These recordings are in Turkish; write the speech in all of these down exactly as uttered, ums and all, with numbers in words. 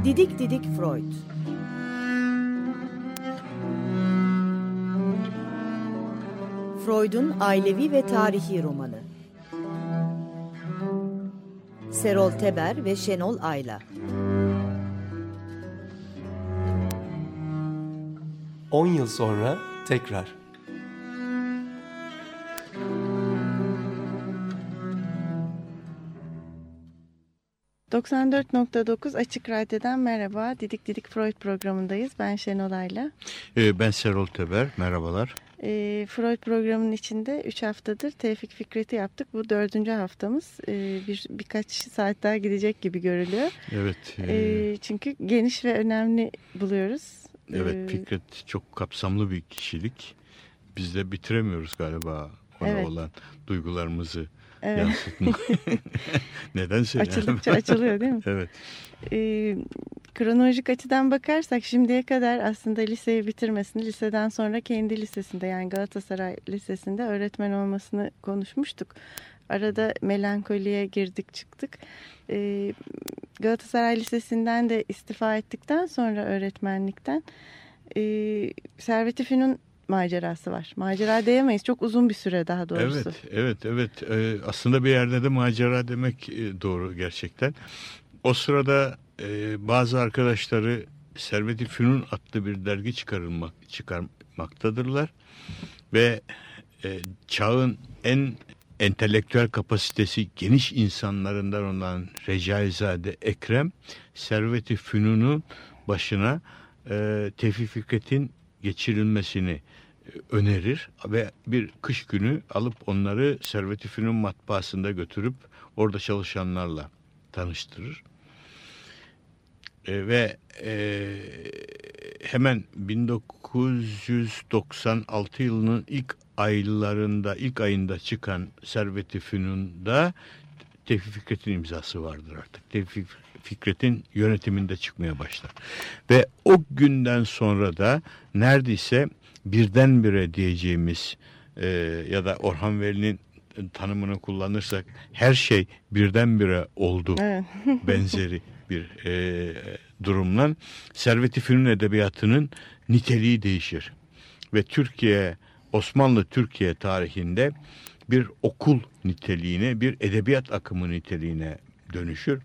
Didik Didik Freud. Freud'un ailevi ve tarihi romanı. Serol Teber ve Şenol Ayla. On yıl sonra tekrar. doksan dört nokta dokuz Açık Radyo'dan merhaba. Didik Didik Freud programındayız. Ben Şenol Ayla. Ee, ben Serol Teber. Merhabalar. Ee, Freud programının içinde üç haftadır Tevfik Fikret'i yaptık. Bu dördüncü haftamız. Ee, bir birkaç saat daha gidecek gibi görülüyor. Evet. E... Ee, çünkü geniş ve önemli buluyoruz. Evet, ee, Fikret çok kapsamlı bir kişilik. Biz de bitiremiyoruz galiba ona evet. olan duygularımızı. Evet. Yansıtma. Nedense. Açıldıkça yani. Açılıyor değil mi? Evet. Ee, kronolojik açıdan bakarsak şimdiye kadar aslında liseyi bitirmesini, liseden sonra kendi lisesinde yani Galatasaray Lisesi'nde öğretmen olmasını konuşmuştuk. Arada melankoliye girdik çıktık. Ee, Galatasaray Lisesi'nden de istifa ettikten sonra öğretmenlikten e, Servet-i Fünun macerası var. Macera diyemeyiz. Çok uzun bir süre daha doğrusu. Evet, evet, evet. Ee, aslında bir yerde de macera demek e, doğru gerçekten. O sırada e, bazı arkadaşları Servet-i Fünun adlı bir dergi çıkarılmak çıkarmaktadırlar ve e, çağın en entelektüel kapasitesi geniş insanlarından olan Recaizade Ekrem Servet-i Fünun'un başına e, Tevfik Fikret'in geçirilmesini önerir ve bir kış günü alıp onları Servet-i Fünun matbaasında götürüp orada çalışanlarla tanıştırır. E, ve e, hemen bin dokuz yüz doksan altı yılının ilk aylarında, ilk ayında çıkan Servet-i Fünun'da Tevfik Fikret'in imzası vardır artık. Tevfik Fikret'in yönetiminde çıkmaya başlar. Ve o günden sonra da neredeyse birdenbire diyeceğimiz e, ya da Orhan Veli'nin tanımını kullanırsak her şey birdenbire oldu evet. benzeri bir e, durumla Servet-i Fünun edebiyatının niteliği değişir. Ve Türkiye, Osmanlı Türkiye tarihinde bir okul niteliğine, bir edebiyat akımı niteliğine dönüşür.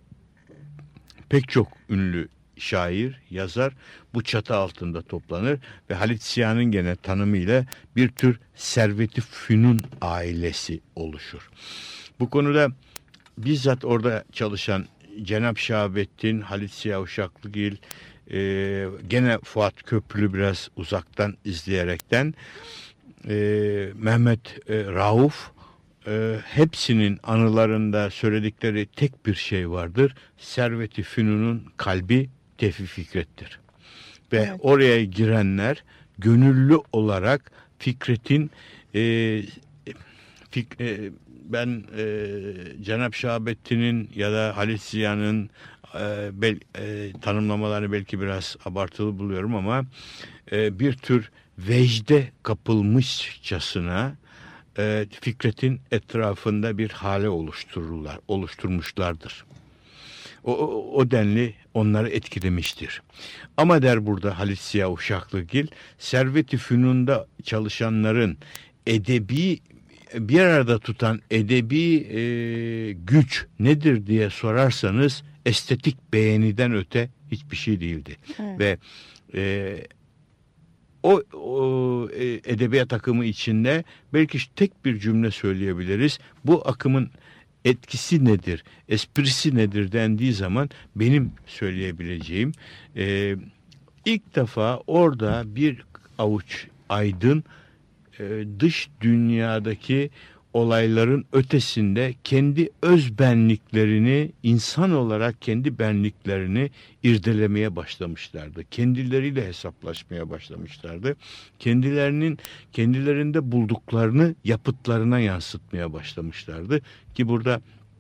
Pek çok ünlü şair, yazar bu çatı altında toplanır ve Halit Ziya'nın gene tanımıyla bir tür Servet-i Fünun ailesi oluşur. Bu konuda bizzat orada çalışan Cenab Şahabettin, Halit Ziya Uşaklıgil, e, gene Fuat Köprülü biraz uzaktan izleyerekten e, Mehmet e, Rauf e, hepsinin anılarında söyledikleri tek bir şey vardır. Servet-i Fünun'un kalbi Tevfik Fikret'tir. Ve evet. oraya girenler gönüllü olarak Fikret'in e, fik, e, ben e, Cenab Şahabettin'in ya da Halit Ziya'nın e, bel, e, tanımlamalarını belki biraz abartılı buluyorum ama e, bir tür vecde kapılmışçasına e, Fikret'in etrafında bir hale oluştururlar, oluşturmuşlardır. O, o, o denli onları etkilemiştir. Ama der burada Halit Ziya Uşaklıgil, Servet-i Fünun'da çalışanların edebi bir arada tutan edebi e, güç nedir diye sorarsanız estetik beğeniden öte hiçbir şey değildi. Evet. Ve e, o, o e, edebiyat akımı içinde belki tek bir cümle söyleyebiliriz. Bu akımın etkisi nedir, esprisi nedir dendiği zaman benim söyleyebileceğim e, ilk defa orada bir avuç aydın e, dış dünyadaki olayların ötesinde kendi öz benliklerini, insan olarak kendi benliklerini irdelemeye başlamışlardı. Kendileriyle hesaplaşmaya başlamışlardı. Kendilerinin kendilerinde bulduklarını yapıtlarına yansıtmaya başlamışlardı. Ki burada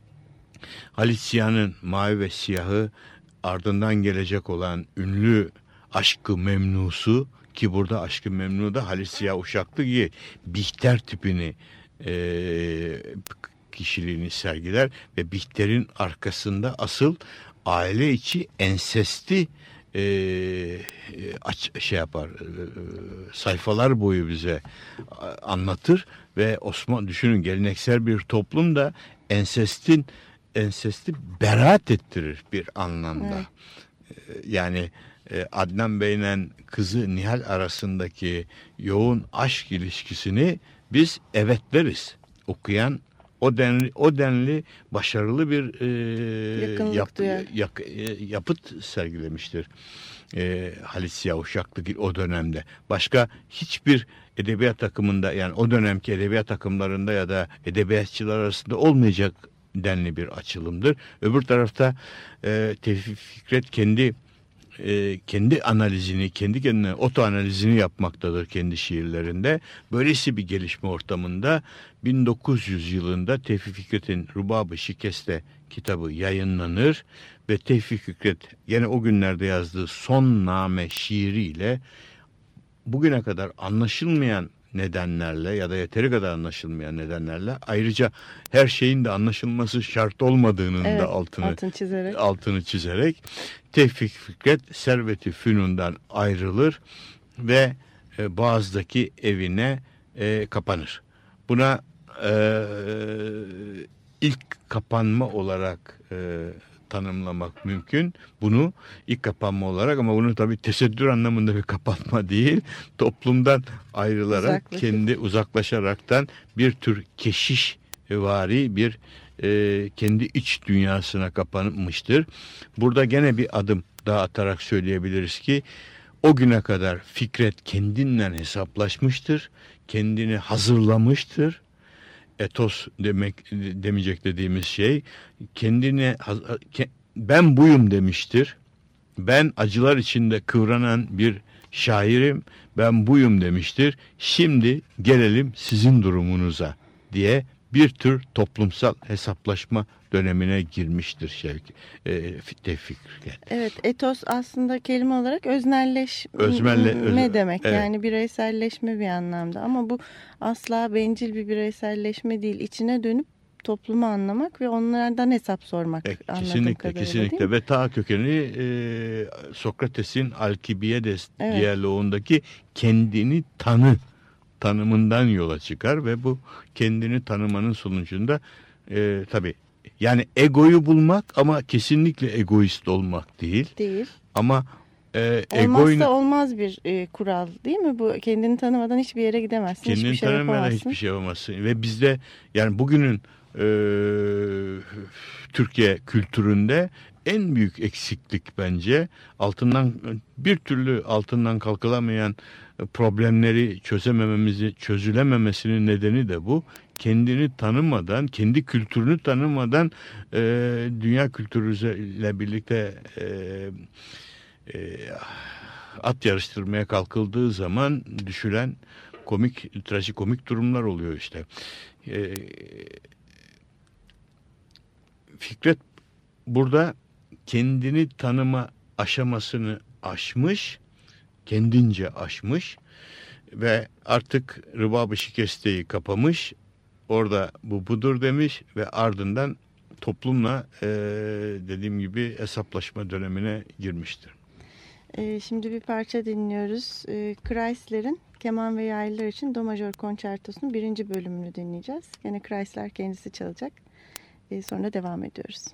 Halit Ziya'nın Mavi ve Siyahı, ardından gelecek olan ünlü Aşk-ı Memnu'su, ki burada Aşk-ı Memnu'da Halit Ziya Uşaklıgil Bihter tipini e, kişiliğini sergiler ve Bihter'in arkasında asıl aile içi ensesti e, aç, şey yapar, e, sayfalar boyu bize anlatır ve Osmanlı, düşünün, geleneksel bir toplumda ensestin ensesti beraat ettirir bir anlamda. Evet. Yani Adnan Bey'le kızı Nihal arasındaki yoğun aşk ilişkisini biz evet deriz. Okuyan o denli o denli başarılı bir e, yap, yak, e, yapıt sergilemiştir. E, Halit Ziya Uşaklı o dönemde. Başka hiçbir edebiyat akımında, yani o dönemki edebiyat akımlarında ya da edebiyatçılar arasında olmayacak denli bir açılımdır. Öbür tarafta e, Tevfik Fikret kendi e, kendi analizini, kendi kendine oto analizini yapmaktadır kendi şiirlerinde. Böylesi bir gelişme ortamında bin dokuz yüz yılında Tevfik Fikret'in Rubab-ı Şikeste kitabı yayınlanır ve Tevfik Fikret gene o günlerde yazdığı Son Name şiiriyle bugüne kadar anlaşılmayan nedenlerle ya da yeteri kadar anlaşılmayan nedenlerle, ayrıca her şeyin de anlaşılması şart olmadığının evet, da altını altını çizerek. altını çizerek Tevfik Fikret Servet-i Fünun'dan ayrılır ve e, Boğaz'daki evine e, kapanır. Buna e, ilk kapanma olarak e, tanımlamak mümkün. Bunu ilk kapanma olarak, ama bunu tabii tesettür anlamında bir kapanma değil. Toplumdan ayrılarak, Uzaklaşır. kendi uzaklaşaraktan bir tür keşişvari bir e, kendi iç dünyasına kapanmıştır. Burada gene bir adım daha atarak söyleyebiliriz ki o güne kadar Fikret kendinden hesaplaşmıştır. Kendini hazırlamıştır. Etos demek demeyecek dediğimiz şey, kendine ben buyum demiştir. Ben acılar içinde kıvranan bir şairim, ben buyum demiştir. Şimdi gelelim sizin durumunuza diye bir tür toplumsal hesaplaşma dönemine girmiştir Şevki, e, Tevfik Fikret. Evet, etos aslında kelime olarak öznelleşme Özmelle, öz, demek. Evet. Yani bireyselleşme bir anlamda. Ama bu asla bencil bir bireyselleşme değil. İçine dönüp toplumu anlamak ve onlardan hesap sormak. E, kesinlikle, kesinlikle. Ve ta kökeni e, Sokrates'in Alkibiades evet. diyaloğundaki kendini tanı tanımından yola çıkar ve bu kendini tanımanın sonucunda e, tabii yani egoyu bulmak, ama kesinlikle egoist olmak değil. Değil. Ama e, olmazsa egoyun... olmaz bir e, kural değil mi? Bu kendini tanımadan hiçbir yere gidemezsin. Kendini hiçbir şey tanımadan yapamazsın. hiçbir şey yapamazsın. Ve bizde yani bugünün e, Türkiye kültüründe en büyük eksiklik bence altından bir türlü altından kalkılamayan problemleri çözemememizi, çözülememesinin nedeni de bu. Kendini tanımadan, kendi kültürünü tanımadan e, dünya kültürüyle birlikte e, e, at yarıştırmaya kalkıldığı zaman düşülen komik, trajikomik durumlar oluyor işte. E, Fikret burada kendini tanıma aşamasını aşmış, kendince aşmış ve artık Rubab-ı Şikeste'yi kapamış. Orada bu budur demiş ve ardından toplumla e, dediğim gibi hesaplaşma dönemine girmiştir. E, şimdi bir parça dinliyoruz. E, Kreisler'in keman ve yaylılar için Do majör konçertosunun birinci bölümünü dinleyeceğiz. Yine Kreisler kendisi çalacak. E, sonra devam ediyoruz.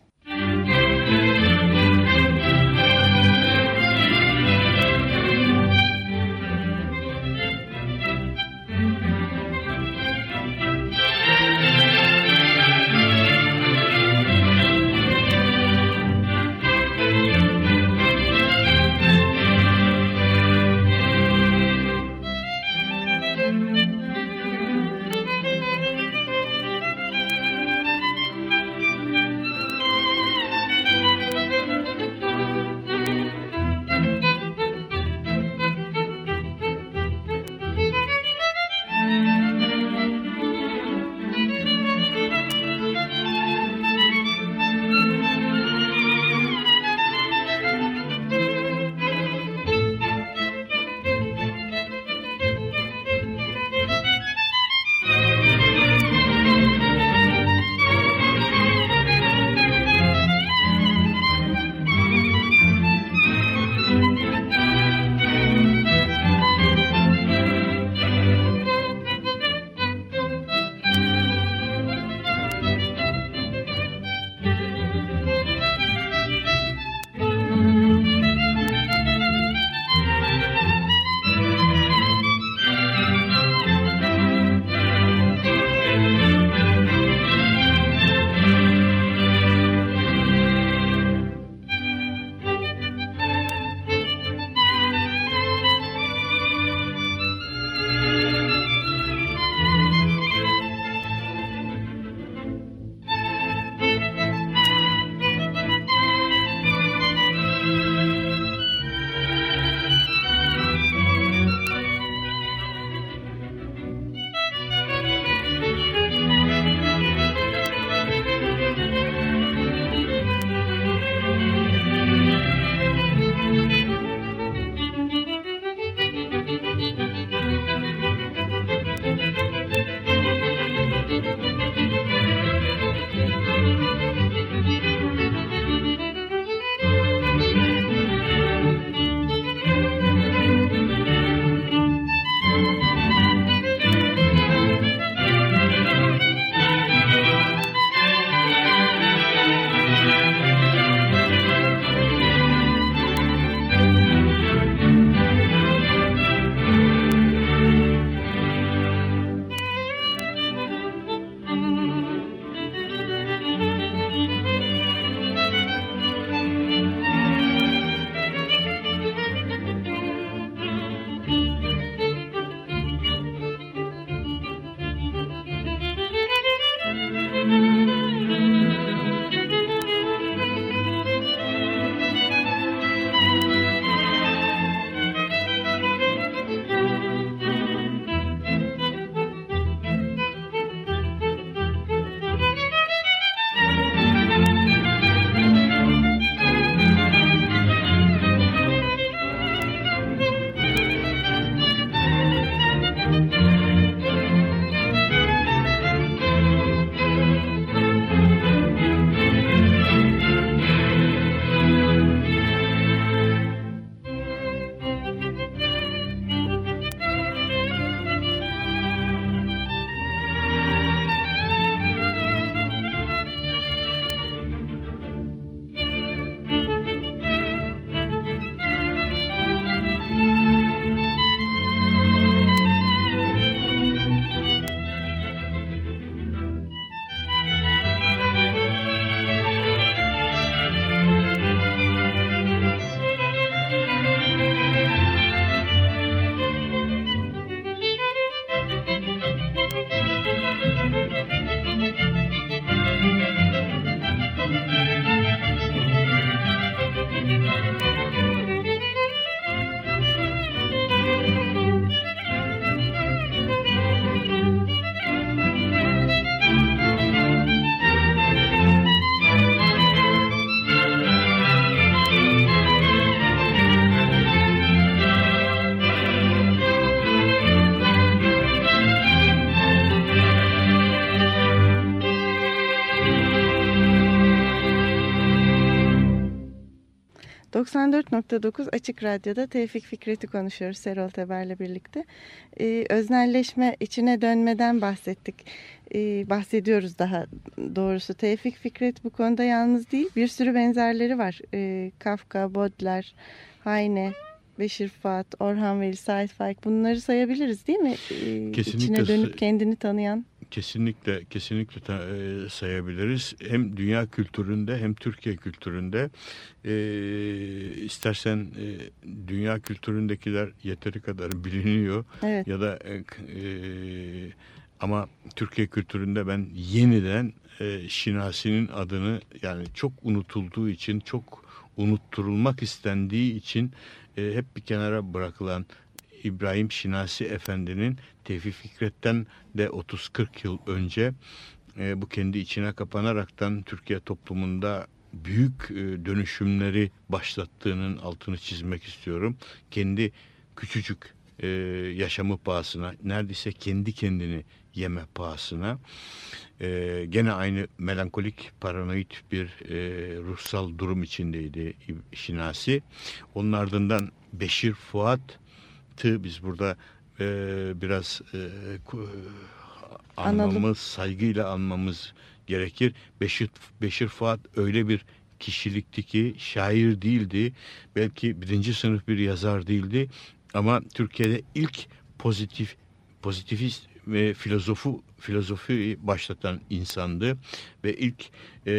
doksan dört nokta dokuz Açık Radyo'da Tevfik Fikret'i konuşuyoruz Serol Teber'le birlikte. Ee, öznelleşme, içine dönmeden bahsettik. Ee, bahsediyoruz daha doğrusu. Tevfik Fikret bu konuda yalnız değil. Bir sürü benzerleri var. Ee, Kafka, Baudelaire, Heine, Beşir Fuat, Orhan Veli, Sait Faik, bunları sayabiliriz değil mi? Ee, Kesinlikle İçine dönüp kendini tanıyan. Kesinlikle kesinlikle ta, e, sayabiliriz. Hem dünya kültüründe hem Türkiye kültüründe e, istersen e, dünya kültüründekiler yeteri kadar biliniyor. Evet. Ya da e, e, ama Türkiye kültüründe ben yeniden e, Şinasi'nin adını, yani çok unutulduğu için, çok unutturulmak istendiği için e, hep bir kenara bırakılan İbrahim Şinasi Efendi'nin Tevfik Fikret'ten de otuz kırk yıl önce e, bu kendi içine kapanaraktan Türkiye toplumunda büyük e, dönüşümleri başlattığının altını çizmek istiyorum. Kendi küçücük e, yaşamı pahasına, neredeyse kendi kendini yeme pahasına, e, gene aynı melankolik, paranoid bir e, ruhsal durum içindeydi Şinasi. Onun ardından Beşir Fuat, biz burada e, biraz e, anmamız, Anladım. saygıyla anmamız gerekir. Beşir, Beşir Fuat öyle bir kişilikti ki şair değildi. Belki birinci sınıf bir yazar değildi. Ama Türkiye'de ilk pozitif pozitivist ve filozofu filozofi başlatan insandı. Ve ilk e,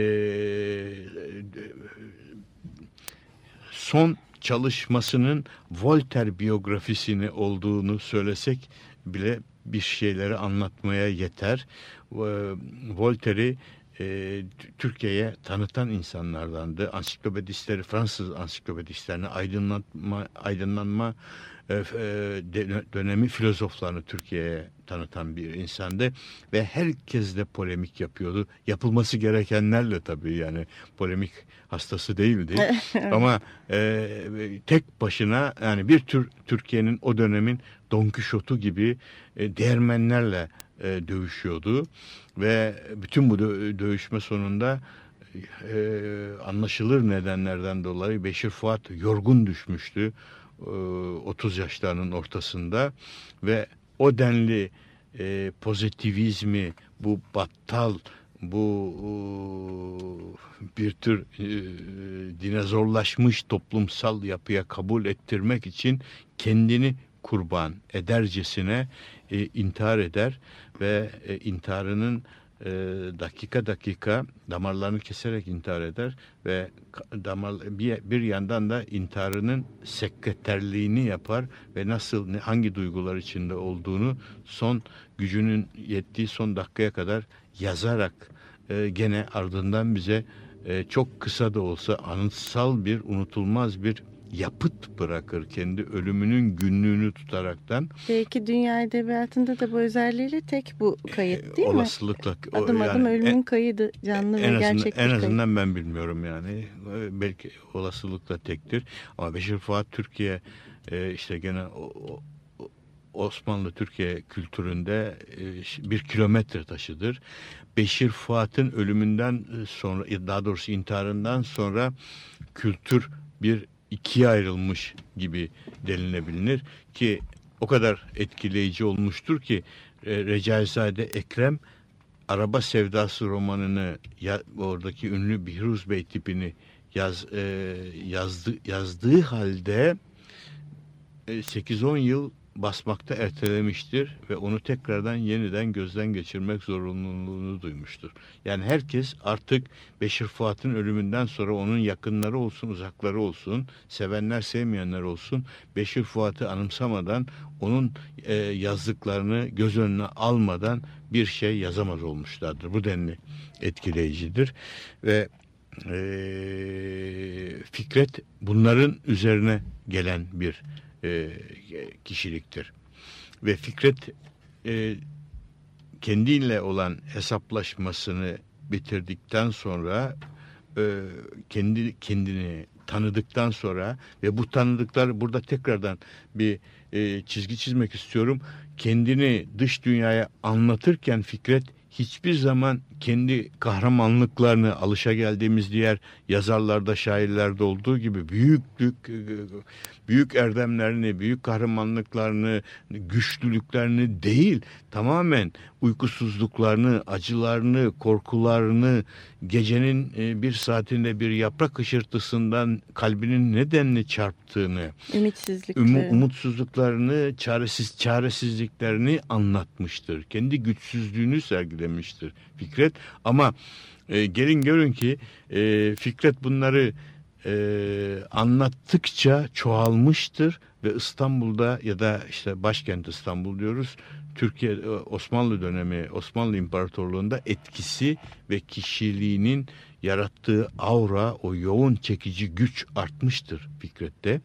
son çalışmasının Voltaire biyografisini olduğunu söylesek bile bir şeyleri anlatmaya yeter. Voltaire'i e, Türkiye'ye tanıtan insanlardandı. Ansiklopedistleri, Fransız ansiklopedistlerini, aydınlanma, aydınlanma e, dönemi filozoflarını Türkiye'ye tanıtan bir insandı ve herkesle polemik yapıyordu. Yapılması gerekenlerle tabii, yani polemik hastası değildi. Ama e, tek başına, yani bir tür Türkiye'nin o dönemin Don Kişot'u gibi e, değirmenlerle e, dövüşüyordu ve bütün bu dö- dövüşme sonunda e, anlaşılır nedenlerden dolayı Beşir Fuat yorgun düşmüştü e, otuz yaşlarının ortasında ve o denli e, pozitivizmi, bu battal, bu bir tür e, dinozorlaşmış toplumsal yapıya kabul ettirmek için kendini kurban edercesine e, intihar eder ve e, intiharının e, dakika dakika damarlarını keserek intihar eder ve damar, bir, bir yandan da intiharının sekreterliğini yapar ve nasıl, hangi duygular içinde olduğunu son gücünün yettiği son dakikaya kadar yazarak e, gene ardından bize e, çok kısa da olsa anıtsal bir, unutulmaz bir yapıt bırakır, kendi ölümünün günlüğünü tutaraktan. Belki dünya edebiyatında da bu özelliğiyle tek bu kayıt değil e, mi? Olasılıkla. Adım yani, adım ölümün en, kaydı, canlı en ve azından, gerçek bir En kayıt. azından ben bilmiyorum yani. Belki olasılıkla tektir. Ama Beşir Fuat Türkiye e, işte gene o, o, Osmanlı Türkiye kültüründe e, bir kilometre taşıdır. Beşir Fuat'ın ölümünden sonra, daha doğrusu intiharından sonra kültür bir ikiye ayrılmış gibi denilebilir ki o kadar etkileyici olmuştur ki e, Recaizade Ekrem Araba Sevdası romanını, ya, oradaki ünlü Bihruz Bey tipini yaz, e, yazdı, yazdığı halde e, sekiz on yıl basmakta ertelemiştir ve onu tekrardan yeniden gözden geçirmek zorunluluğunu duymuştur. Yani herkes artık Beşir Fuat'ın ölümünden sonra, onun yakınları olsun, uzakları olsun, sevenler sevmeyenler olsun, Beşir Fuat'ı anımsamadan, onun e, yazdıklarını göz önüne almadan bir şey yazamaz olmuşlardır. Bu denli etkileyicidir ve e, Fikret bunların üzerine gelen bir E, kişiliktir. Ve Fikret e, kendiyle olan hesaplaşmasını bitirdikten sonra, e, kendi kendini tanıdıktan sonra ve bu tanıdıklar, burada tekrardan bir e, çizgi çizmek istiyorum. Kendini dış dünyaya anlatırken Fikret hiçbir zaman kendi kahramanlıklarını, alışageldiğimiz diğer yazarlarda, şairlerde olduğu gibi büyüklük, büyük erdemlerini, büyük kahramanlıklarını, güçlülüklerini değil, tamamen uykusuzluklarını, acılarını, korkularını, gecenin bir saatinde bir yaprak hışırtısından kalbinin nedenli çarptığını, ümitsizliklerini, um, umutsuzluklarını, çaresiz çaresizliklerini anlatmıştır. Kendi güçsüzlüğünü sergilemiştir Fikret. Ama e, gelin görün ki e, Fikret bunları e, anlattıkça çoğalmıştır ve İstanbul'da, ya da işte başkent İstanbul diyoruz, Türkiye Osmanlı dönemi, Osmanlı İmparatorluğu'nda etkisi ve kişiliğinin yarattığı aura, o yoğun çekici güç artmıştır Fikret'te.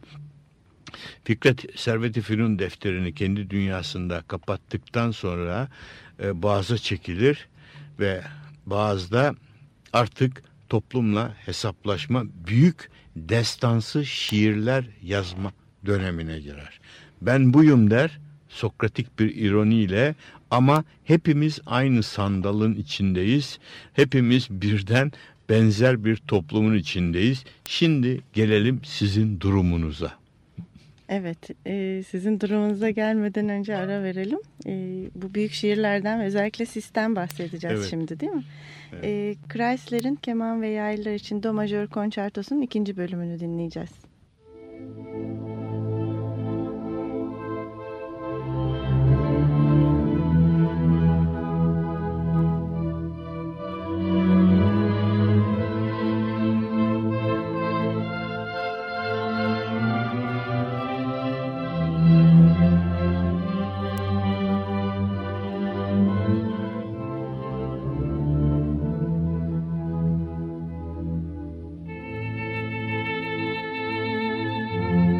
Fikret Servet-i Fünun defterini kendi dünyasında kapattıktan sonra e, Boğaz'a çekilir ve Boğaz'da artık toplumla hesaplaşma, büyük destansı şiirler yazma dönemine girer. Ben buyum der, Sokratik bir ironiyle, ama hepimiz aynı sandalın içindeyiz. Hepimiz birden benzer bir toplumun içindeyiz. Şimdi gelelim sizin durumunuza. Evet, e, sizin durumunuza gelmeden önce ara verelim. E, bu büyük şiirlerden ve özellikle Sis'ten bahsedeceğiz evet. şimdi, değil mi? Evet. E, Kreisler'in Keman ve Yaylılar için Do Majör Konçertosu'nun ikinci bölümünü dinleyeceğiz. Thank you.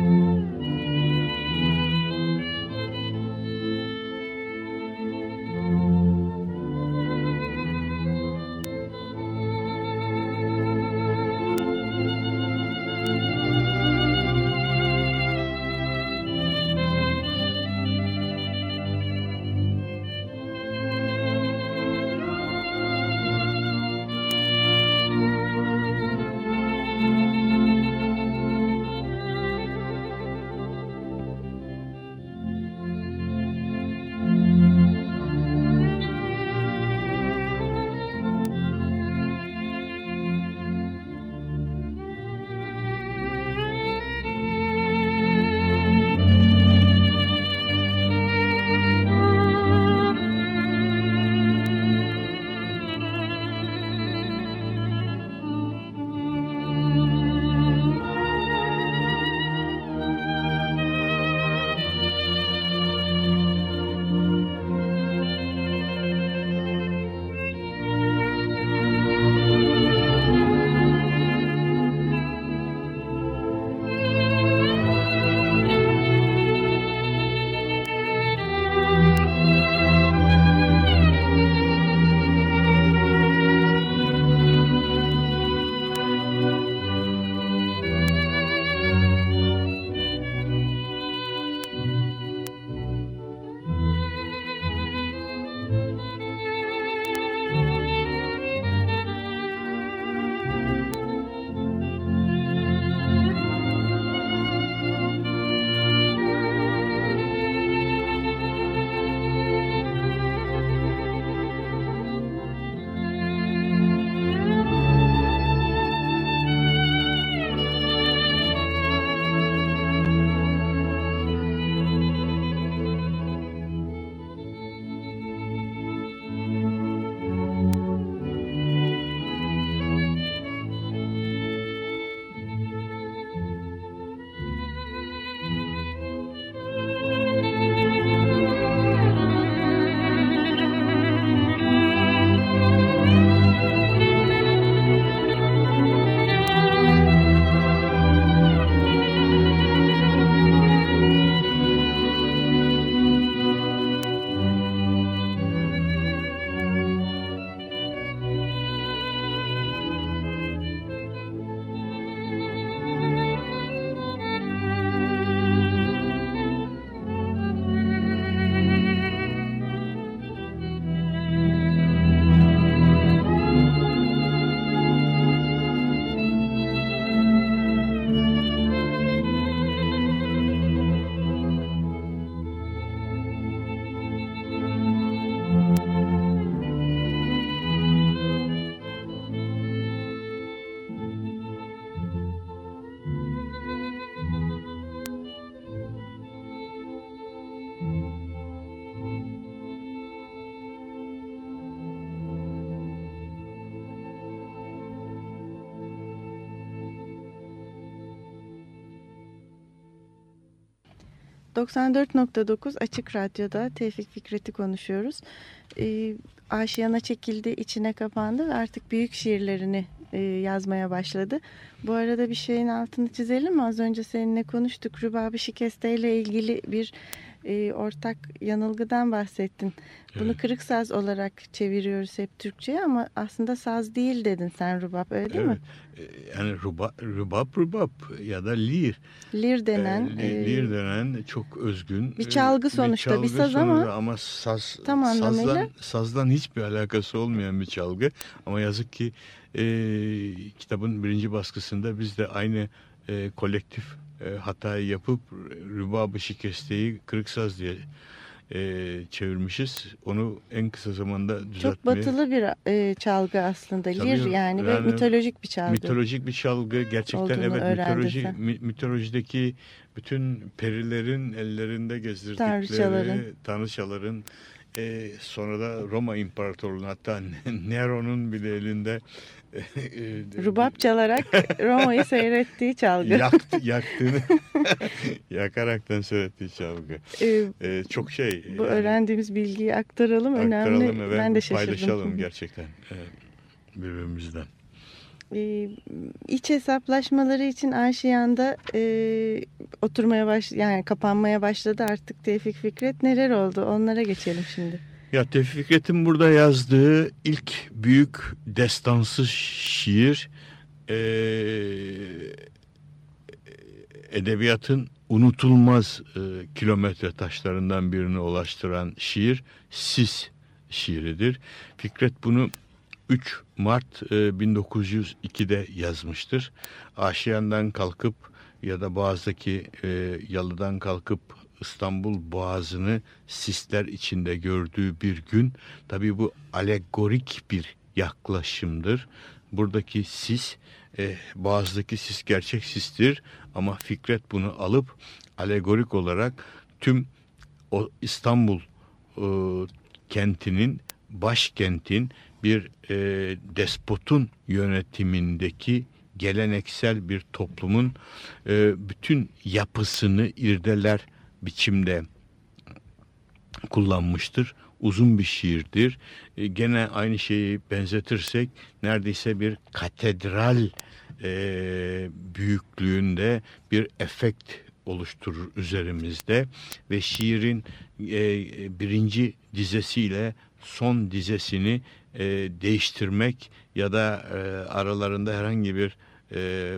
doksan dört nokta dokuz Açık Radyo'da Tevfik Fikret'i konuşuyoruz. Ee, Aşiyana çekildi, içine kapandı ve artık büyük şiirlerini e, yazmaya başladı. Bu arada bir şeyin altını çizelim mi? Az önce seninle konuştuk. Rübab-ı Şikeste ile ilgili bir e, ortak yanılgıdan bahsettin. Bunu evet. Kırık saz olarak çeviriyoruz hep Türkçe'ye ama aslında saz değil dedin sen rübab, öyle değil evet. mi? Yani rübab, rübab, rübab ya da lir. Lir denen. E, lir denen çok özgün. Bir çalgı sonuçta, bir, çalgı bir saz sonuçta, ama. Ama saz, tam sazdan, sazdan hiçbir alakası olmayan bir çalgı. Ama yazık ki e, kitabın birinci baskısında biz de aynı e, kolektif e, hatayı yapıp Rübab-ı Şikeste'yi kırık saz diye e, çevirmişiz. Onu en kısa zamanda düzeltmeye... Çok batılı bir e, çalgı aslında. Tabii, Lir yani, yani ve mitolojik bir çalgı. Mitolojik bir çalgı. Gerçekten evet mitoloji, mitolojideki bütün perilerin ellerinde gezdirdikleri tanrıçaların, tanrıçaların e, sonra da Roma İmparatorluğu'nun, hatta Nero'nun bile elinde rubab çalarak Roma'yı seyrettiği çalgı. Yaktı, yaktığını yakaraktan seyrettiği çalgı. Ee, ee, çok şey. Bu yani, öğrendiğimiz bilgiyi aktaralım. aktaralım Önemli. Evet, ben de şaşırdım. Paylaşalım gerçekten birbirimizden. Ee, iç hesaplaşmaları için Aşiyan'da e, oturmaya baş, yani kapanmaya başladı artık Tevfik Fikret. Neler oldu? Onlara geçelim şimdi. Ya Tevfik Fikret'in burada yazdığı ilk büyük destansı şiir e, edebiyatın unutulmaz e, kilometre taşlarından birine ulaştıran şiir Sis şiiridir. Fikret bunu üç Mart e, bin dokuz yüz ikide yazmıştır. Aşiyan'dan kalkıp ya da Boğaz'daki e, yalıdan kalkıp İstanbul Boğazı'nı sisler içinde gördüğü bir gün. Tabii bu alegorik bir yaklaşımdır. Buradaki sis, e, Boğaz'daki sis gerçek sistir ama Fikret bunu alıp alegorik olarak tüm o İstanbul e, kentinin, başkentin bir e, despotun yönetimindeki geleneksel bir toplumun e, bütün yapısını irdeler biçimde kullanmıştır. Uzun bir şiirdir. E, gene aynı şeyi benzetirsek neredeyse bir katedral e, büyüklüğünde bir efekt oluşturur üzerimizde ve şiirin e, birinci dizesiyle son dizesini e, değiştirmek ya da e, aralarında herhangi bir e,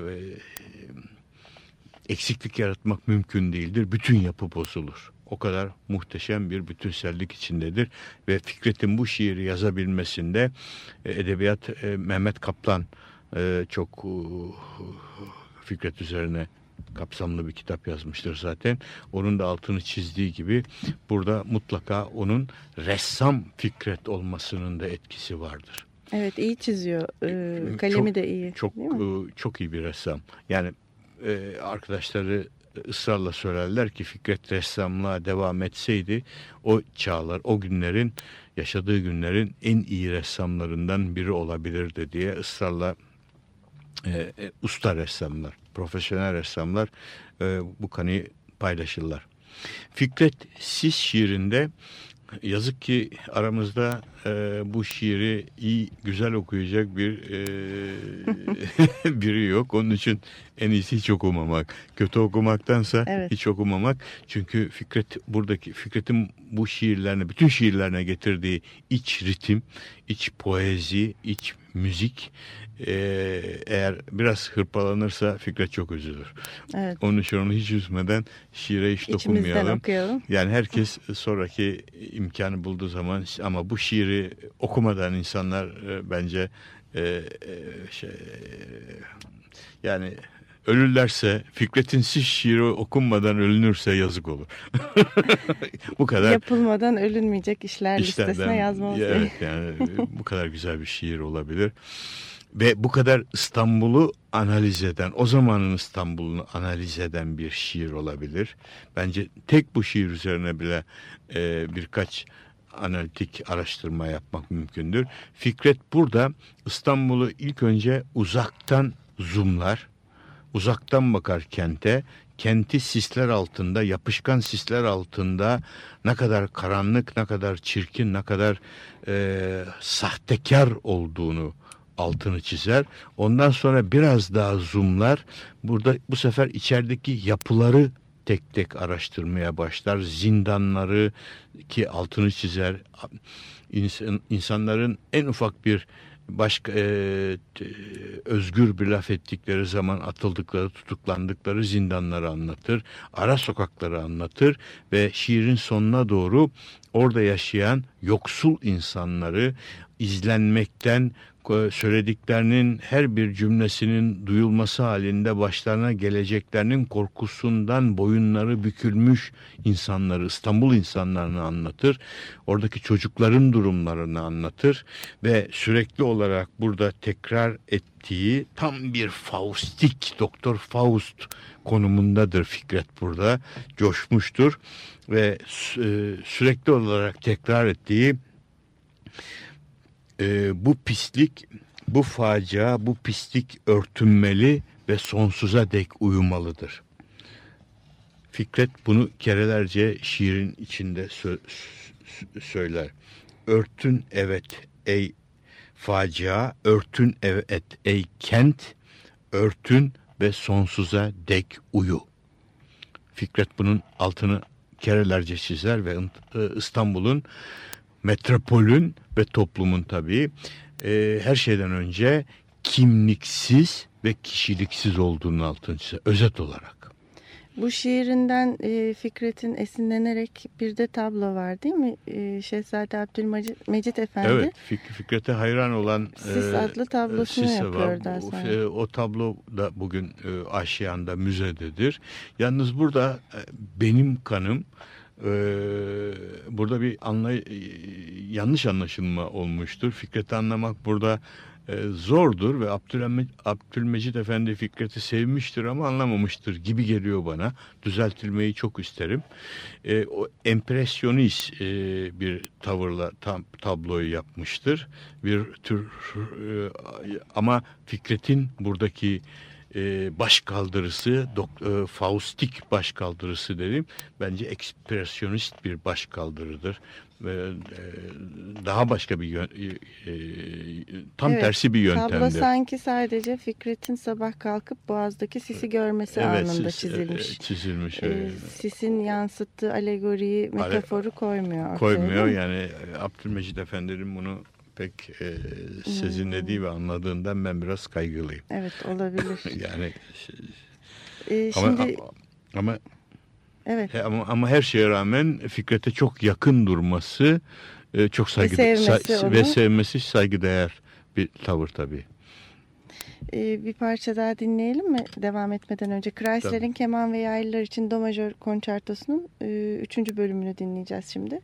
eksiklik yaratmak mümkün değildir. Bütün yapı bozulur. O kadar muhteşem bir bütünsellik içindedir ve Fikret'in bu şiiri yazabilmesinde e, edebiyat e, Mehmet Kaplan e, çok e, Fikret üzerine kapsamlı bir kitap yazmıştır zaten. Onun da altını çizdiği gibi burada mutlaka onun ressam Fikret olmasının da etkisi vardır. Evet, iyi çiziyor. Ee, kalemi çok, de iyi. Çok çok iyi bir ressam. Yani e, arkadaşları ısrarla söylerler ki Fikret ressamlığa devam etseydi o çağlar, o günlerin, yaşadığı günlerin en iyi ressamlarından biri olabilirdi diye ısrarla e, e, usta ressamlar, profesyonel ressamlar e, bu kanıyı paylaşırlar. Fikret Sis şiirinde yazık ki aramızda e, bu şiiri iyi, güzel okuyacak bir e, biri yok. Onun için en iyisi hiç okumamak. Kötü okumaktansa evet. hiç okumamak. Çünkü Fikret buradaki Fikret'in bu şiirlerine, bütün şiirlerine getirdiği iç ritim, iç poezi, iç müzik e, eğer biraz hırpalanırsa Fikret çok üzülür. Evet. Onun için onu hiç üzmeden şiire hiç dokunmayalım. Okuyalım. Yani herkes sonraki imkanı bulduğu zaman ama bu şiiri okumadan insanlar e, bence e, e, şey, yani ölürlerse, Fikret'in Sis şiiri okunmadan ölünürse yazık olur. Bu kadar. Yapılmadan ölünmeyecek işler İşlerden, listesine yazmamız. Evet, yani bu kadar güzel bir şiir olabilir. Ve bu kadar İstanbul'u analiz eden, o zamanın İstanbul'unu analiz eden bir şiir olabilir. Bence tek bu şiir üzerine bile e, birkaç analitik araştırma yapmak mümkündür. Fikret burada İstanbul'u ilk önce uzaktan zoomlar, uzaktan bakar kente, kenti sisler altında, yapışkan sisler altında ne kadar karanlık, ne kadar çirkin, ne kadar e, sahtekar olduğunu altını çizer. Ondan sonra biraz daha zoomlar. Burada bu sefer içerideki yapıları tek tek araştırmaya başlar. Zindanları ki altını çizer. İnsan, insanların en ufak bir başka e, özgür bir laf ettikleri zaman atıldıkları, tutuklandıkları zindanları anlatır. Ara sokakları anlatır ve şiirin sonuna doğru orada yaşayan yoksul insanları izlenmekten, söylediklerinin her bir cümlesinin duyulması halinde başlarına geleceklerinin korkusundan boyunları bükülmüş insanları, İstanbul insanlarını anlatır. Oradaki çocukların durumlarını anlatır ve sürekli olarak burada tekrar ettiği tam bir Faustik, Doktor Faust konumundadır Fikret burada. Coşmuştur ve sürekli olarak tekrar ettiği Ee, bu pislik, bu facia, bu pislik örtünmeli ve sonsuza dek uyumalıdır. Fikret bunu kerelerce şiirin içinde sö- söyler. Örtün evet ey facia, örtün evet ey kent, örtün ve sonsuza dek uyu. Fikret bunun altını kerelerce çizer ve İstanbul'un, metropolün ve toplumun tabii e, her şeyden önce kimliksiz ve kişiliksiz olduğunun altını çizer, özet olarak. Bu şiirinden e, Fikret'in esinlenerek bir de tablo var değil mi? E, Şehzade Abdülmecit Efendi. Evet, Fik- Fikret'e hayran olan Sis e, adlı tablosunu Sis yapıyor daha o, sonra. e, o tablo da bugün e, Aşiyan'da müzededir. Yalnız burada e, benim kanım, Ee, burada bir anlay yanlış anlaşılma olmuştur. Fikret'i anlamak burada e, zordur ve Abdülhamid, Abdülmecit Efendi Fikret'i sevmiştir ama anlamamıştır gibi geliyor bana. Düzeltilmeyi çok isterim. E, o empresyonist e, bir tavırla tam, tabloyu yapmıştır. Bir tür e, ama Fikret'in buradaki E, başkaldırısı, dok- e, Faustik başkaldırısı dedim. Bence ekspresyonist bir başkaldırıdır. Ve e, daha başka bir yön, e, e, tam Evet, tersi bir yöntemdir. Tablo sanki sadece Fikret'in sabah kalkıp Boğaz'daki sisi görmesi evet, anında sis, çizilmiş. E, çizilmiş. E, E, sisin yansıttığı alegoriyi, metaforu koymuyor ortaya. Koymuyor yani Abdülmecit Efendi'nin bunu pek e, sezinlediği hmm. ve anladığından ben biraz kaygılıyım. Evet, olabilir. yani ee, ama, şimdi ama ama evet. ama ama her şeye rağmen Fikret'e çok yakın durması, e, çok saygı ve sevmesi, sa- ve sevmesi saygıdeğer bir tavır tabii. Ee, bir parça daha dinleyelim mi devam etmeden önce? Chrysler'in tabii. Keman ve yaylılar için Do majör konçertosunun e, üçüncü bölümünü dinleyeceğiz şimdi.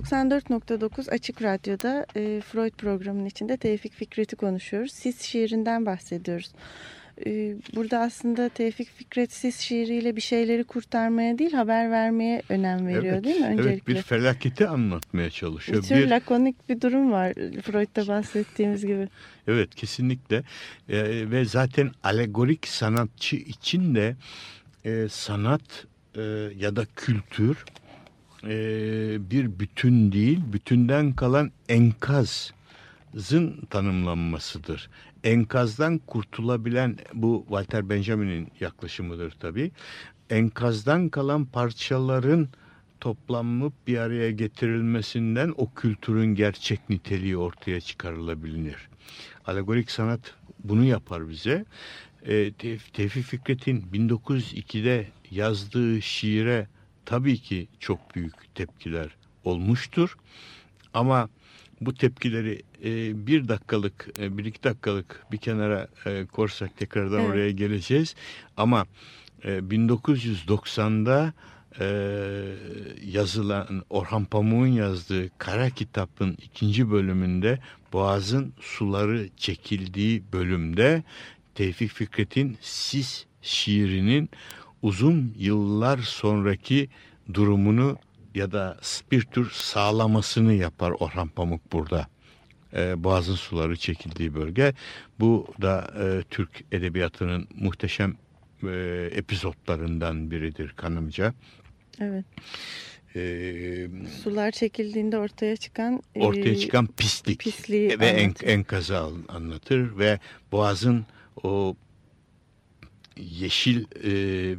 doksan dört nokta dokuz Açık Radyo'da e, Freud programının içinde Tevfik Fikret'i konuşuyoruz. Sis şiirinden bahsediyoruz. E, burada aslında Tevfik Fikret sis şiiriyle bir şeyleri kurtarmaya değil, haber vermeye önem veriyor, evet, değil mi? Öncelikle. Evet, bir felaketi anlatmaya çalışıyor. Bir tür bir... lakonik bir durum var Freud'da bahsettiğimiz gibi. Evet, kesinlikle e, ve zaten alegorik sanatçı için de e, sanat e, ya da kültür e, bir bütün değil, bütünden kalan enkazın tanımlanmasıdır. Enkazdan kurtulabilen, bu Walter Benjamin'in yaklaşımıdır tabii. Enkazdan kalan parçaların toplanıp bir araya getirilmesinden o kültürün gerçek niteliği ortaya çıkarılabilir. Alegorik sanat bunu yapar bize. E, Tevfik Fikret'in bin dokuz yüz ikide yazdığı şiire tabii ki çok büyük tepkiler olmuştur. Ama bu tepkileri e, bir dakikalık, e, bir iki dakikalık bir kenara e, korsak tekrardan evet. oraya geleceğiz. Ama e, bin dokuz yüz doksanda e, yazılan, Orhan Pamuk'un yazdığı Kara Kitap'ın ikinci bölümünde, Boğaz'ın suları çekildiği bölümde Tevfik Fikret'in Sis şiirinin uzun yıllar sonraki durumunu ya da bir tür sağlamasını yapar Orhan Pamuk burada. Ee, Boğaz'ın suları çekildiği bölge. Bu da e, Türk edebiyatının muhteşem e, epizotlarından biridir kanımca. Evet. Ee, Sular çekildiğinde ortaya çıkan ortaya çıkan pislik pisliği ve en, enkazı anlatır ve Boğaz'ın o yeşil e,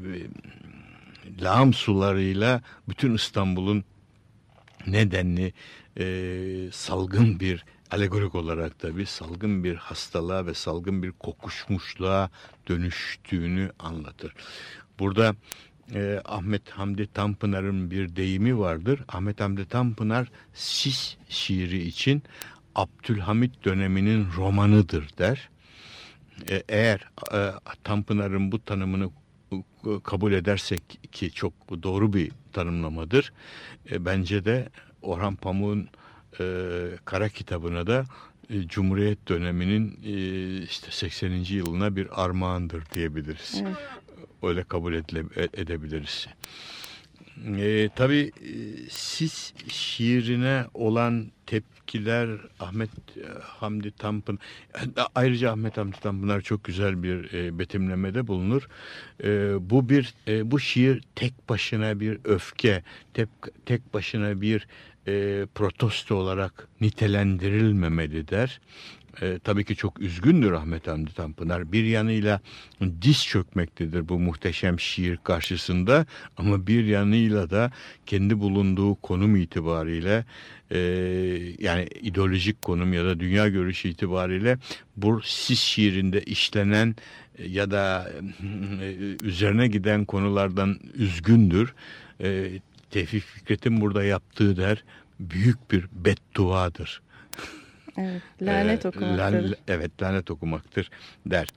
lağım sularıyla bütün İstanbul'un nedenli e, salgın bir, alegorik olarak da bir salgın bir hastalığa ve salgın bir kokuşmuşluğa dönüştüğünü anlatır. Burada e, Ahmet Hamdi Tanpınar'ın bir deyimi vardır. Ahmet Hamdi Tanpınar Sis şiiri için Abdülhamit döneminin romanıdır der. E, eğer e, Tanpınar'ın bu tanımını kabul edersek, ki çok doğru bir tanımlamadır, e, bence de Orhan Pamuk'un e, Kara Kitabı'na da e, Cumhuriyet döneminin e, işte sekseninci yılına bir armağandır diyebiliriz. Evet. Öyle kabul edile, edebiliriz. E, tabii e, Sis şiirine olan tepkiler, Ahmet Hamdi Tanpınar, ayrıca Ahmet Hamdi Tanpınar çok güzel bir e, betimlemede bulunur. E, bu bir e, bu şiir tek başına bir öfke, tek, tek başına bir e, protesto olarak nitelendirilmemeli der. E, tabii ki çok üzgündür Ahmet Hamdi Tanpınar. Bir yanıyla diz çökmektedir bu muhteşem şiir karşısında, ama bir yanıyla da kendi bulunduğu konum itibariyle, e, yani ideolojik konum ya da dünya görüşü itibariyle bu Sis şiirinde işlenen ya da e, üzerine giden konulardan üzgündür. E, Tevfik Fikret'in burada yaptığı der büyük bir bedduadır. Evet, lanet ee, okumaktır. Lan, evet, lanet okumaktır der.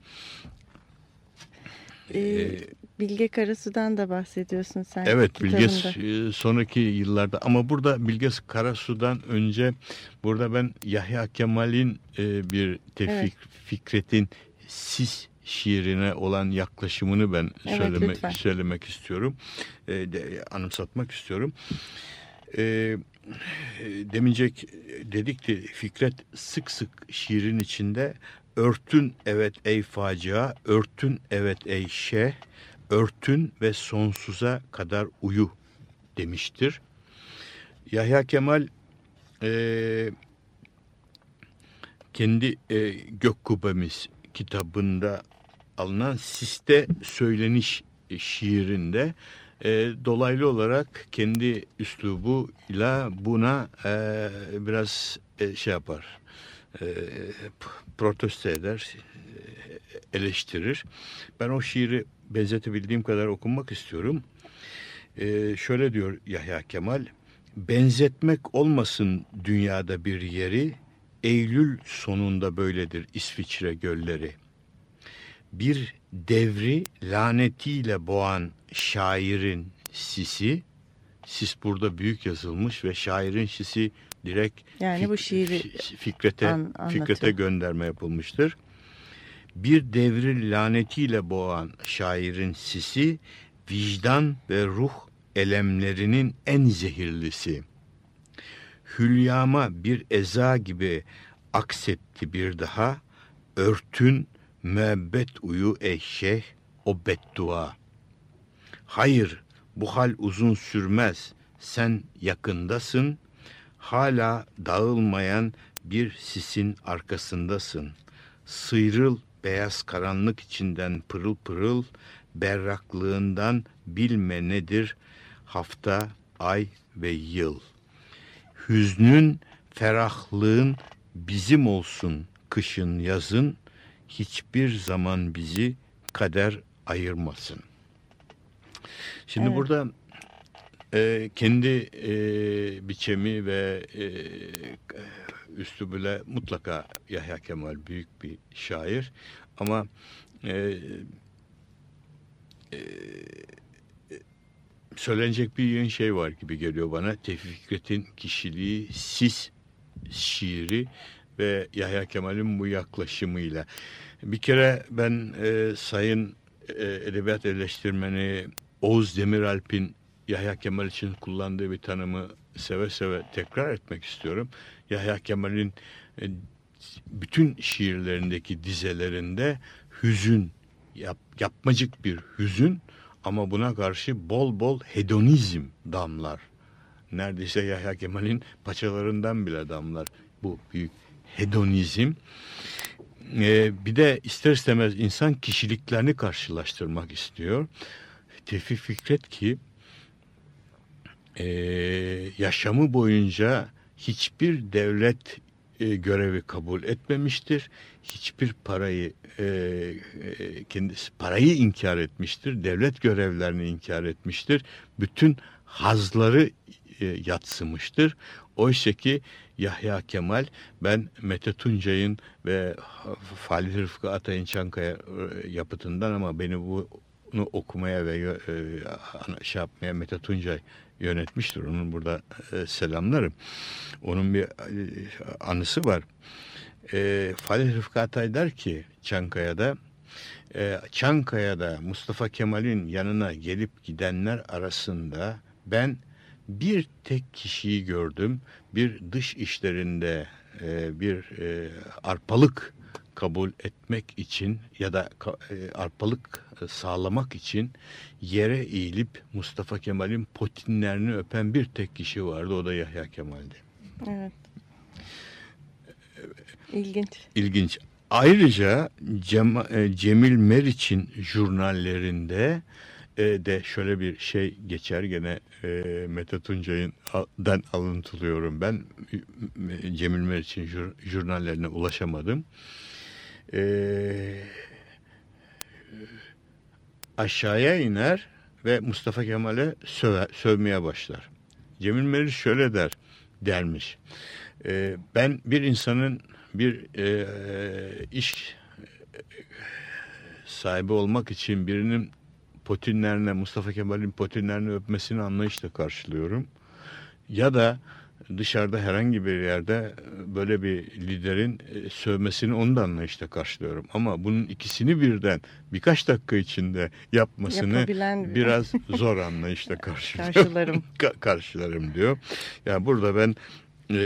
Ee, Bilge Karasu'dan da bahsediyorsun sen. Evet, Bilge kitabında. sonraki yıllarda, ama burada Bilge Karasu'dan önce burada ben Yahya Kemal'in e, bir Tevfik evet. Fikret'in Sis şiirine olan yaklaşımını ben evet, söyleme, söylemek istiyorum. E, de, anımsatmak istiyorum. E, Demincek dedik ki Fikret sık sık şiirin içinde örtün evet ey facia, örtün evet ey şeh, örtün ve sonsuza kadar uyu demiştir. Yahya Kemal e, kendi e, Gök Kubbemiz kitabında alınan Siste Söyleniş şiirinde E, dolaylı olarak kendi üslubuyla buna e, biraz e, şey yapar, e, protesto eder, e, eleştirir. Ben o şiiri benzetebildiğim kadar okunmak istiyorum. E, şöyle diyor Yahya Kemal: benzetmek olmasın dünyada bir yeri, Eylül sonunda böyledir İsviçre gölleri. Bir devri lanetiyle boğan şairin sisi, sis burada büyük yazılmış ve şairin sisi direkt Yani bu Fik- şiiri Fi- Fikret'e an- anlatıyor. Fikret'e gönderme yapılmıştır. Bir devri lanetiyle boğan şairin sisi, vicdan ve ruh elemlerinin en zehirlisi. Hülyama bir eza gibi aksetti bir daha, örtün müebbet uyu ey şeyh, o beddua. Hayır, bu hal uzun sürmez, sen yakındasın, hala dağılmayan bir sisin arkasındasın. Sıyrıl beyaz karanlık içinden pırıl pırıl, berraklığından bilme nedir hafta, ay ve yıl. Hüznün, ferahlığın bizim olsun kışın yazın, hiçbir zaman bizi kader ayırmasın. Şimdi Evet. burada e, kendi e, biçemi ve e, üslubuyla mutlaka Yahya Kemal büyük bir şair ama e, e, söylenecek bir yeni şey var gibi geliyor bana. Tevfik Fikret'in kişiliği, sis şiiri ve Yahya Kemal'in bu yaklaşımıyla. Bir kere ben e, Sayın e, Edebiyat Eleştirmeni Oğuz Demiralp'in Yahya Kemal için kullandığı bir tanımı seve seve tekrar etmek istiyorum. Yahya Kemal'in e, bütün şiirlerindeki dizelerinde hüzün, yap, yapmacık bir hüzün ama buna karşı bol bol hedonizm damlar. Neredeyse Yahya Kemal'in paçalarından bile damlar bu büyük hedonizm. Ee, bir de ister istemez insan kişiliklerini karşılaştırmak istiyor. Tevfik Fikret ki e, yaşamı boyunca hiçbir devlet e, görevi kabul etmemiştir. Hiçbir parayı e, e, kendisi parayı inkar etmiştir. Devlet görevlerini inkar etmiştir. Bütün hazları e, yatsımıştır. Oysa ki Yahya Kemal, ben Mete Tuncay'ın ve Falih Rıfkı Atay'ın Çankaya yapıtından ama beni bunu okumaya ve e, şey yapmaya Mete Tuncay yönetmiştir. Onun burada e, selamlarım. Onun bir e, anısı var. E, Falih Rıfkı Atay der ki Çankaya'da, e, Çankaya'da Mustafa Kemal'in yanına gelip gidenler arasında ben bir tek kişiyi gördüm. Bir dış işlerinde e, bir e, arpalık kabul etmek için ya da e, arpalık sağlamak için yere eğilip Mustafa Kemal'in potinlerini öpen bir tek kişi vardı. O da Yahya Kemal'di. Evet. İlginç. İlginç. Ayrıca Cem, e, Cemil Meriç'in jurnallerinde e, de şöyle bir şey geçer. Gene e, Mete Tuncay'dan alıntılıyorum ben. Cemil Meriç'in jur, jurnallerine ulaşamadım. E, aşağıya iner ve Mustafa Kemal'e söve, sövmeye başlar. Cemil Meriç şöyle der, dermiş. E, ben bir insanın bir e, iş sahibi olmak için birinin potinlerine, Mustafa Kemal'in potinlerini öpmesini anlayışla karşılıyorum. Ya da dışarıda herhangi bir yerde böyle bir liderin sövmesini onu da anlayışla karşılıyorum. Ama bunun ikisini birden birkaç dakika içinde yapmasını biraz zor anlayışla karşılıyorum. Karşılarım. Karşılarım diyor. Yani burada ben Ee,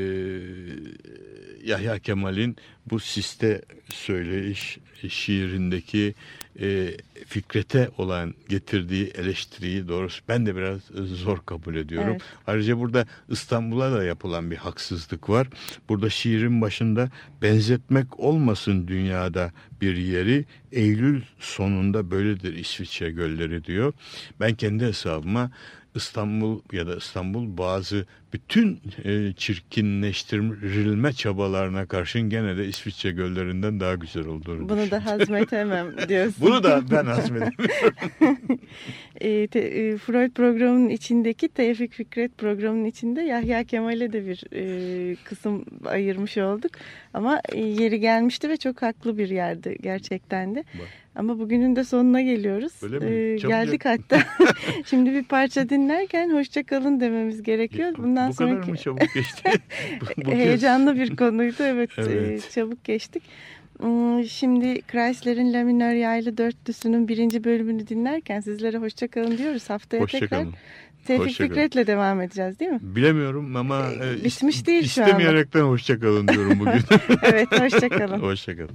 Yahya Kemal'in bu siste söyleyiş şiirindeki e, Fikret'e olan getirdiği eleştiriyi doğrusu ben de biraz zor kabul ediyorum. Evet. Ayrıca burada İstanbul'a da yapılan bir haksızlık var. Burada şiirin başında benzetmek olmasın dünyada bir yeri, Eylül sonunda böyledir İsviçre gölleri diyor. Ben kendi hesabıma İstanbul ya da İstanbul bazı bütün e, çirkinleştirilme çabalarına karşın gene de İsviçre göllerinden daha güzel olduğunu Bunu düşünüyorum. da hazmetemem diyorsun. Bunu da ben hazmedemiyorum. e, te, e, Freud programının içindeki Tevfik Fikret programının içinde Yahya Kemal'e de bir e, kısım ayırmış olduk. Ama e, yeri gelmişti ve çok haklı bir yerdi gerçekten de. Bak. Ama bugünün de sonuna geliyoruz. Öyle mi? E, Çabuk geldik yap- hatta. Şimdi bir parça dinlerken hoşça kalın dememiz gerekiyor. Bundan Bu kadar sonraki mı çabuk geçti? Bu- bu kez- heyecanlı bir konuydu. Evet, Evet. e, çabuk geçtik. Hmm, Şimdi Chrysler'in La Minör Yaylı Dörtlüsü'nün birinci bölümünü dinlerken sizlere hoşça kalın diyoruz. Haftaya Hoşça tekrar kalın. Tevfik Hoşça kalın. Fikret'le devam edeceğiz değil mi? Bilemiyorum ama e, Bitmiş is- değil şu anda. İstemeyerekten hoşça kalın diyorum bugün. Evet, hoşça kalın. Hoşça kalın.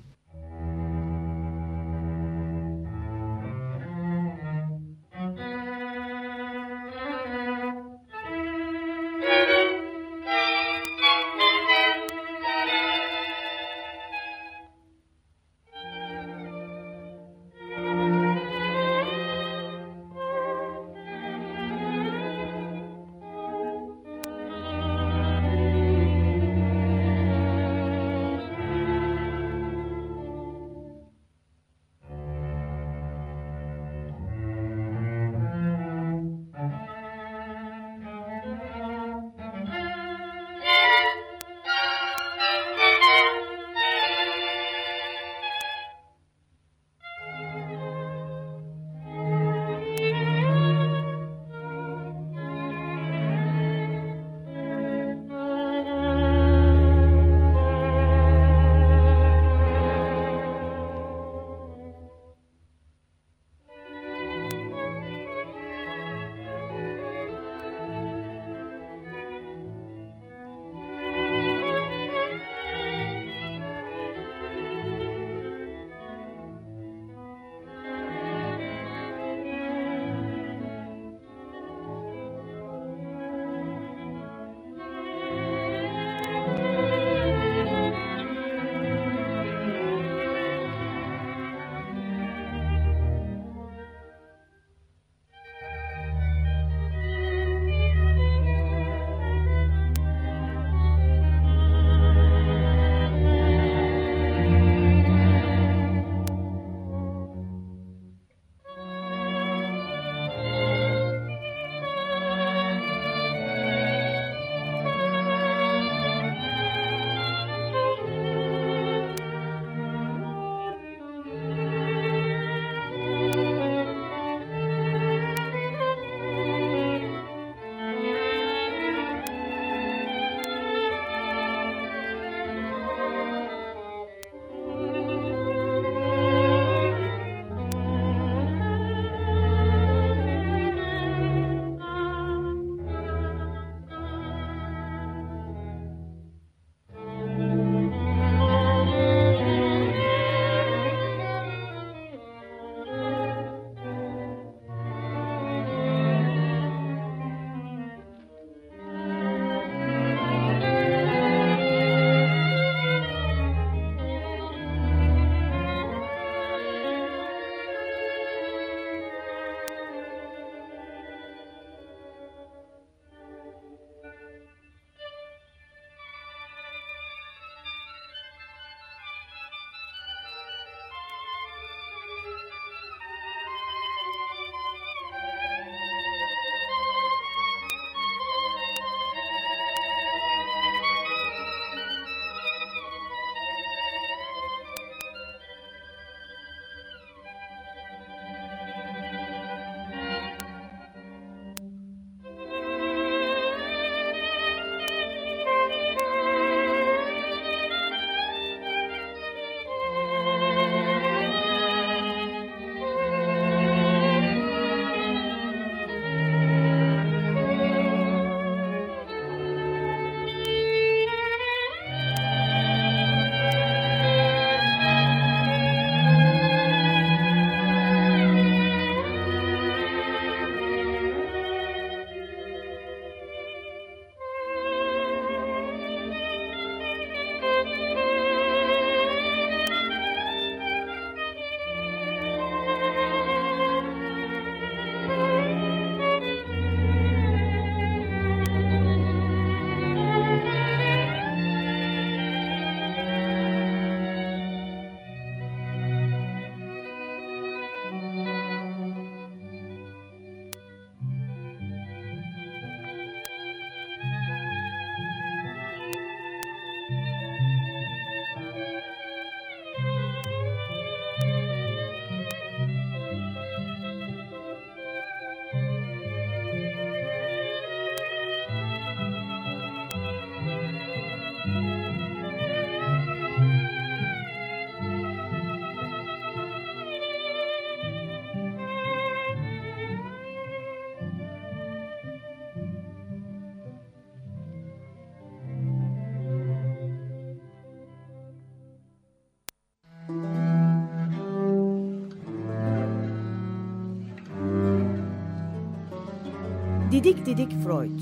Didik Didik Freud.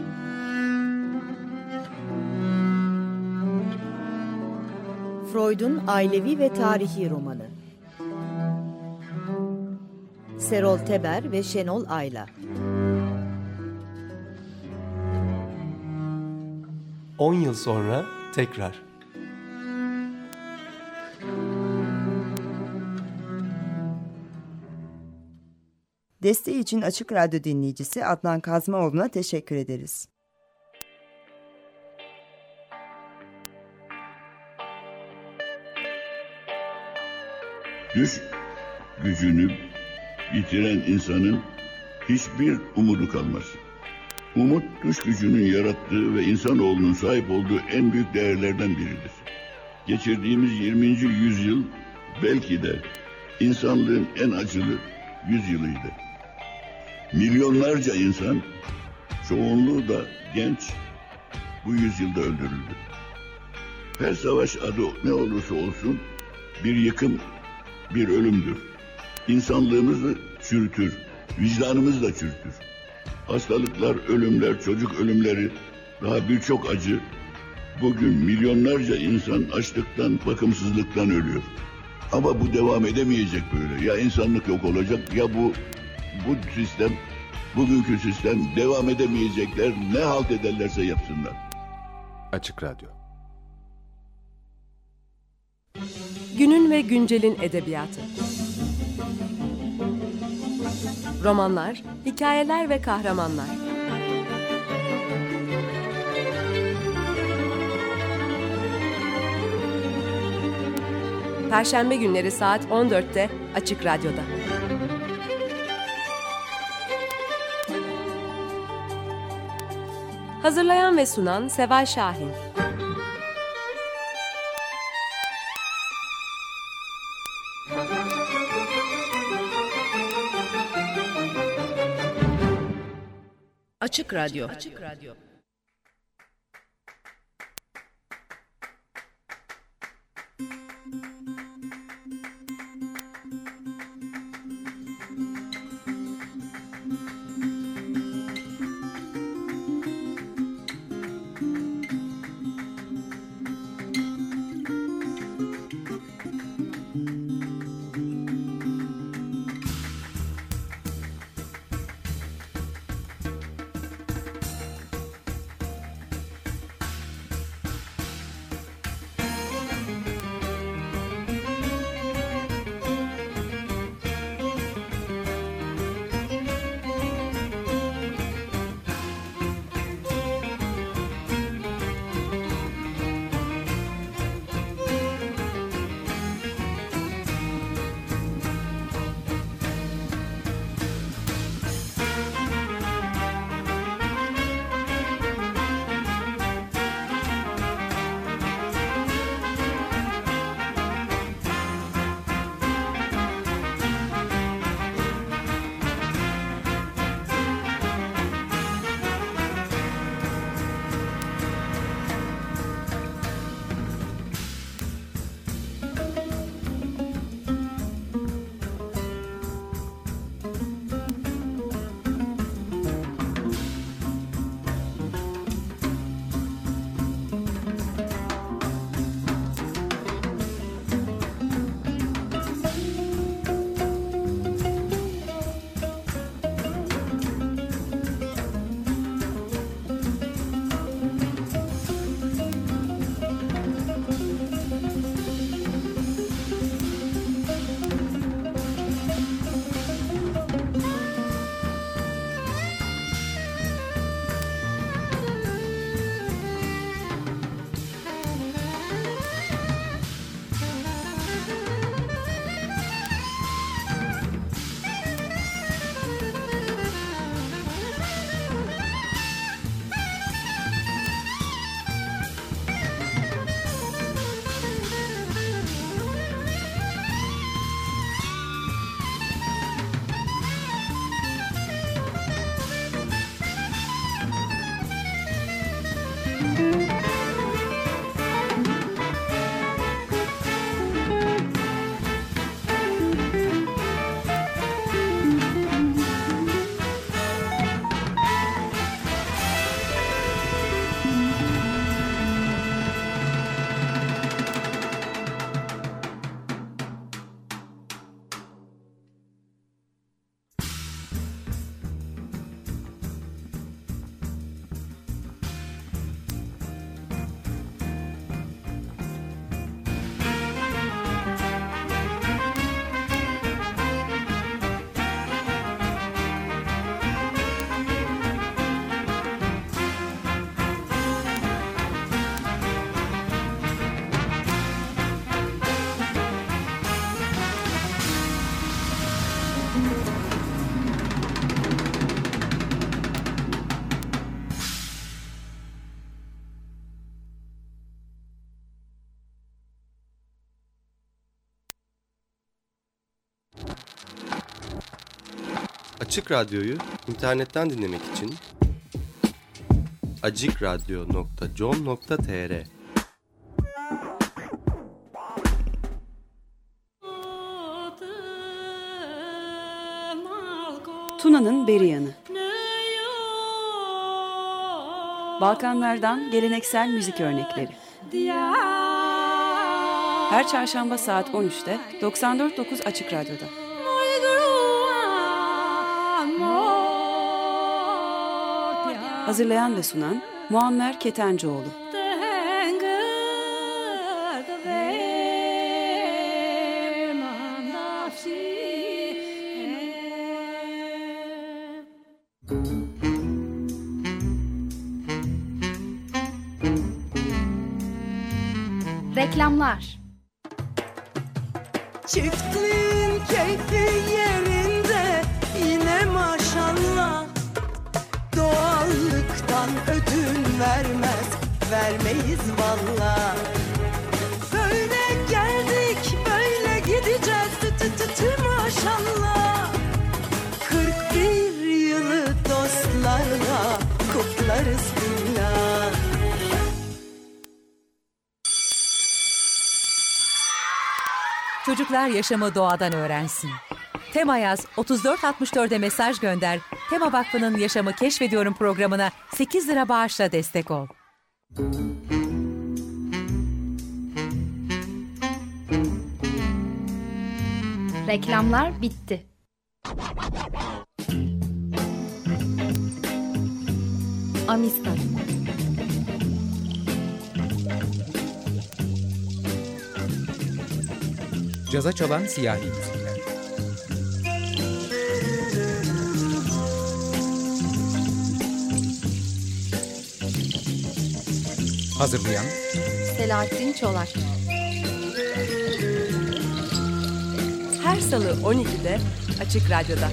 Freud'un ailevi ve tarihi romanı. Serol Teber ve Şenol Ayla. On yıl sonra tekrar. Desteği için Açık Radyo dinleyicisi Adnan Kazmaoğlu'na teşekkür ederiz. Düş gücünü yitiren insanın hiçbir umudu kalmaz. Umut, düş gücünün yarattığı ve insanoğlunun sahip olduğu en büyük değerlerden biridir. Geçirdiğimiz yirminci yüzyıl belki de insanlığın en acılı yüzyılıydı. Milyonlarca insan, çoğunluğu da genç, bu yüzyılda öldürüldü. Her savaş adı ne olursa olsun bir yıkım, bir ölümdür. İnsanlığımızı çürütür, vicdanımızı da çürütür. Hastalıklar, ölümler, çocuk ölümleri, daha birçok acı. Bugün milyonlarca insan açlıktan, bakımsızlıktan ölüyor. Ama bu devam edemeyecek böyle. Ya insanlık yok olacak ya bu bu sistem, bugünkü sistem devam edemeyecekler. Ne halt ederlerse yapsınlar. Açık Radyo. Günün ve güncelin edebiyatı. Romanlar, hikayeler ve kahramanlar. Perşembe günleri saat on dörtte Açık Radyo'da. Hazırlayan ve sunan Seval Şahin. Açık Radyo. Açık Radyo. Açık Radyo'yu internetten dinlemek için acikradyo nokta com nokta tr. Tuna'nın beri yanı. Balkanlardan geleneksel müzik örnekleri. Her çarşamba saat on üçte doksan dört nokta dokuz Açık Radyo'da. Hazırlayan ve sunan Muammer Ketencoğlu. Reklamlar. Çiftliğin keyfi yerinde yine maşallah. Doğallıktan ödün vermez, vermeyiz valla. Böyle geldik, böyle gideceğiz tü tü tü tü maşallah. Kırk bir yılı dostlarla kutlarız billah. Çocuklar yaşamı doğadan öğrensin. Tema yaz otuz dört altmış dört'e mesaj gönder. Tema Vakfı'nın Yaşamı Keşfediyorum programına sekiz lira bağışla destek ol. Reklamlar bitti. Amistat. Caza çalan siyahi müzikler. Hazırlayan Selahattin Çolak. Her salı on ikide Açık Radyo'da.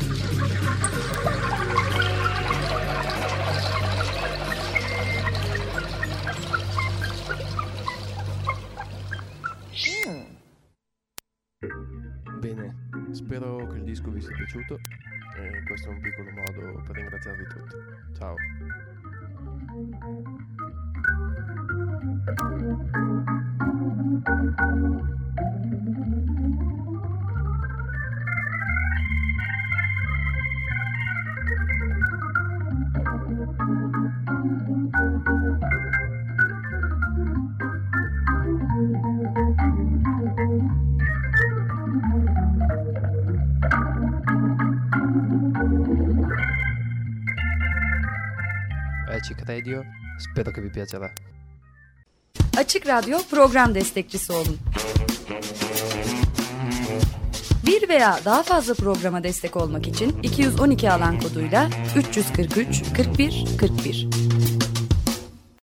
Bene, spero che il disco vi sia piaciuto e questo è un piccolo modo per ringraziarvi tutti. Ciao. Açık Radio, spero che vi piacerà. Açık Radyo program destekçisi olun. Bir veya daha fazla programa destek olmak için iki yüz on iki alan koduyla üç yüz kırk üç kırk bir kırk bir.